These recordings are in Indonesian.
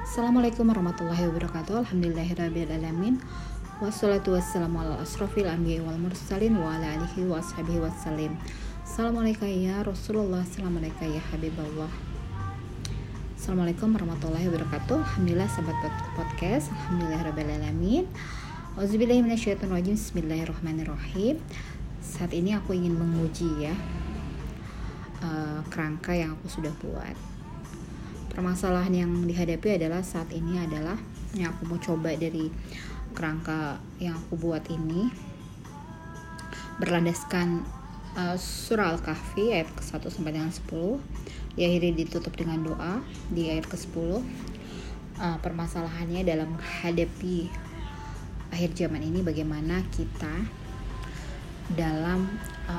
Assalamualaikum warahmatullahi wabarakatuh. Alhamdulillahirrabbilalamin. Wassalatu wassalamu ala asrofil anbiya wal mursalin wa ala alihi wa ashabihi wassalim. Assalamualaikum ya Rasulullah. Assalamualaikum ya Habiballah. Assalamualaikum warahmatullahi wabarakatuh. Alhamdulillah sahabat podcast. Alhamdulillahirrabbilalamin. Auzubillahi minasyaitonirrajim. Bismillahirrahmanirrahim. Saat ini aku ingin menguji kerangka yang aku sudah buat. Permasalahan yang dihadapi adalah saat ini adalah yang aku mau coba dari kerangka yang aku buat ini berlandaskan surah Al-Kahfi ayat ke-1 sampai dengan 10, diakhiri ditutup dengan doa di ayat ke-10. Permasalahannya dalam menghadapi akhir zaman ini, bagaimana kita dalam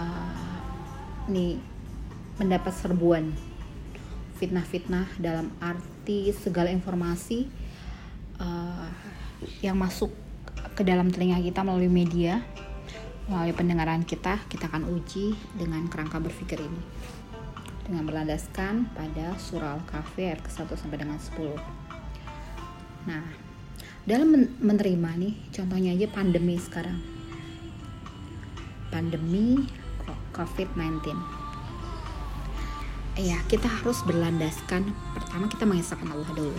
mendapat serbuan fitnah-fitnah dalam arti segala informasi yang masuk ke dalam telinga kita melalui media, melalui pendengaran kita akan uji dengan kerangka berpikir ini dengan berlandaskan pada surah Al-Kahfi ayat ke-1 sampai dengan 10. Nah, dalam menerima nih, contohnya aja pandemi sekarang, pandemi COVID-19. Ya, kita harus berlandaskan, pertama kita mengesahkan Allah dulu.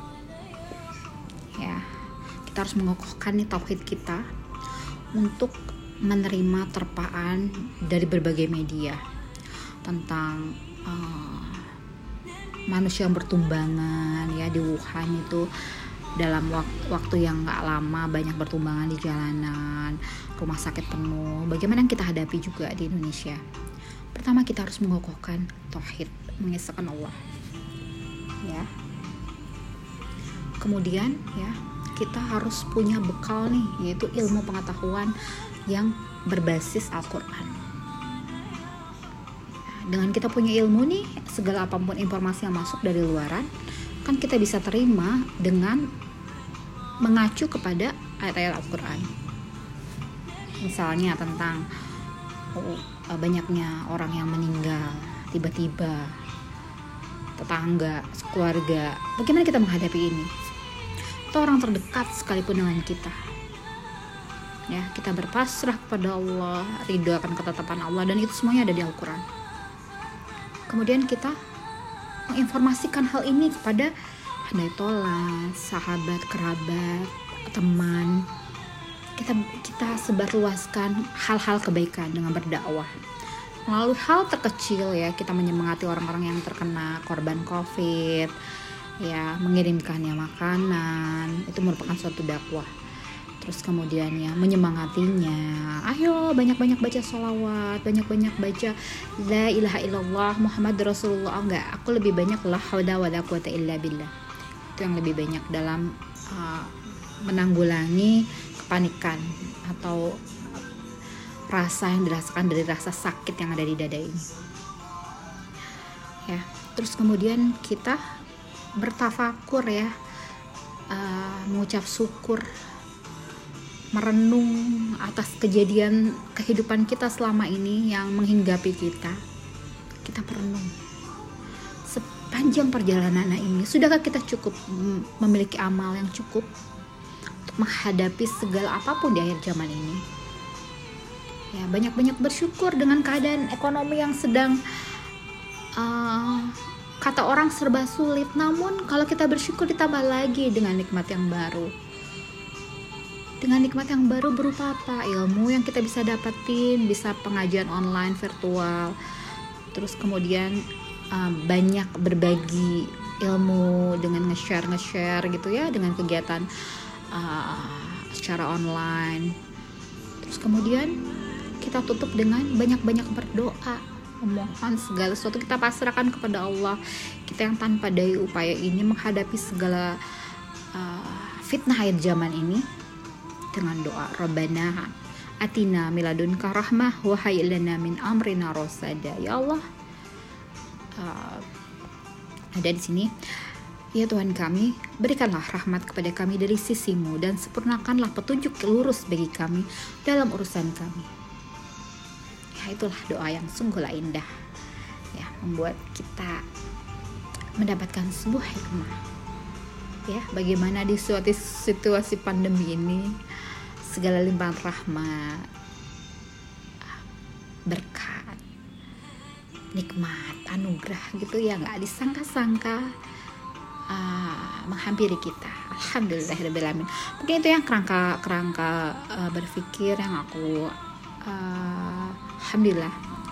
Ya, kita harus mengokohkan nih tauhid kita untuk menerima terpaan dari berbagai media tentang manusia yang bertumbangan ya di Wuhan itu. Dalam waktu yang gak lama banyak bertumbangan di jalanan, rumah sakit penuh. Bagaimana yang kita hadapi juga di Indonesia? Pertama, kita harus mengokohkan tauhid, mengesahkan Allah. Ya. Kemudian ya, kita harus punya bekal nih, yaitu ilmu pengetahuan yang berbasis Al-Qur'an. Dengan kita punya ilmu nih, segala apapun informasi yang masuk dari luaran, kan kita bisa terima dengan mengacu kepada ayat-ayat Al-Qur'an. Misalnya tentang banyaknya orang yang meninggal tiba-tiba, tetangga, keluarga, bagaimana kita menghadapi ini? Atau orang terdekat sekalipun dengan kita. Ya, kita berpasrah kepada Allah, ridho akan ketetapan Allah, dan itu semuanya ada di Al-Qur'an. Kemudian kita menginformasikan hal ini kepada handai tolan, sahabat, kerabat, teman. Kita sebarluaskan hal-hal kebaikan dengan berdakwah. Melalui hal terkecil ya, kita menyemangati orang-orang yang terkena korban COVID, ya, mengirimkannya makanan, itu merupakan suatu dakwah. Terus kemudian ya, menyemangatinya, ayo banyak-banyak baca sholawat, banyak-banyak baca la ilaha illallah Muhammad Rasulullah. Enggak, aku lebih banyak la haula wala quwata illa billah. Itu yang lebih banyak dalam menanggulangi kepanikan atau rasa yang dirasakan dari rasa sakit yang ada di dada ini. Ya, terus kemudian kita bertafakur ya, mengucap syukur, merenung atas kejadian kehidupan kita selama ini yang menghinggapi kita. Kita merenung sepanjang perjalanan ini, sudahkah kita cukup memiliki amal yang cukup untuk menghadapi segala apapun di akhir zaman ini? Ya, banyak-banyak bersyukur dengan keadaan ekonomi yang sedang kata orang serba sulit. Namun kalau kita bersyukur ditambah lagi dengan nikmat yang baru. Dengan nikmat yang baru berupa apa? Ilmu yang kita bisa dapetin, bisa pengajian online virtual. Terus kemudian banyak berbagi ilmu dengan nge-share gitu ya, dengan kegiatan secara online. Terus kemudian kita tutup dengan banyak-banyak berdoa, memohon segala sesuatu kita pasrahkan kepada Allah. Kita yang tanpa daya upaya ini menghadapi segala fitnah akhir zaman ini dengan doa, Rabbana atina miladunka rahmah wa hayyi lana min amrina rasada. Ya Allah, ada di sini. Ya Tuhan kami, berikanlah rahmat kepada kami dari sisimu dan sempurnakanlah petunjuk lurus bagi kami dalam urusan kami. Ya, itulah doa yang sungguhlah indah ya, membuat kita mendapatkan sebuah hikmah ya, bagaimana di suatu situasi pandemi ini segala limpahan rahmat, berkat, nikmat, anugerah gitu ya, nggak disangka-sangka menghampiri kita. Alhamdulillahirobbilalamin. Mungkin itu yang kerangka berpikir yang aku alhamdulillah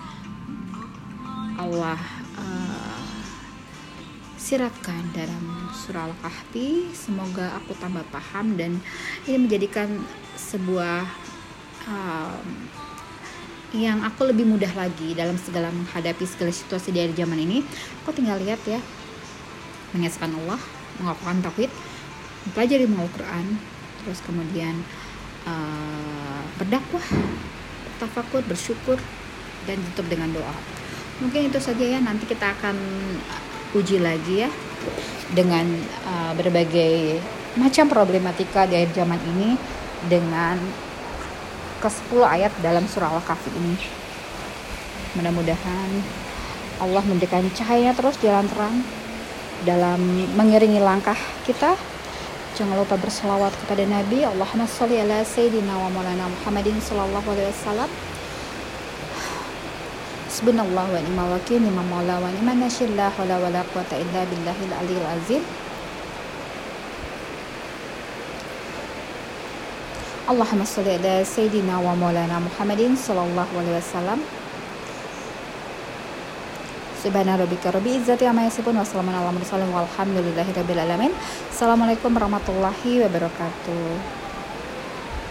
Allah siratkan dalam surah Al-Kahfi. Semoga aku tambah paham dan ini menjadikan sebuah yang aku lebih mudah lagi dalam segala menghadapi segala situasi dari zaman ini. Aku tinggal lihat ya, mengesahkan Allah, mengakukan tauhid, mempelajari Al-Quran, terus kemudian berdakwah, tafakur, bersyukur, dan tutup dengan doa. Mungkin itu saja ya, nanti kita akan uji lagi ya dengan berbagai macam problematika di akhir zaman ini dengan ke-10 ayat dalam surah Al-Kahfi ini. Mudah-mudahan Allah memberikan cahaya terus, jalan terang dalam mengiringi langkah kita. Jangan lupa berselawat kepada Nabi. Allahumma sholli ala sayyidina wa maulana Muhammadin sallallahu alaihi wasallam. Subhanallah wa ni'mal wakil, ni'mal maula wa ni'man nasir, la haula wala quwata illa billahil aliyil azim. Allahumma sholli ala sayyidina wa maulana Muhammadin sallallahu alaihi wasallam. Subhana rabbika rabbil izzati amma yasifun wa salamun alal mursalin walhamdulillahi rabbil alamin. Assalamualaikum warahmatullahi wabarakatuh.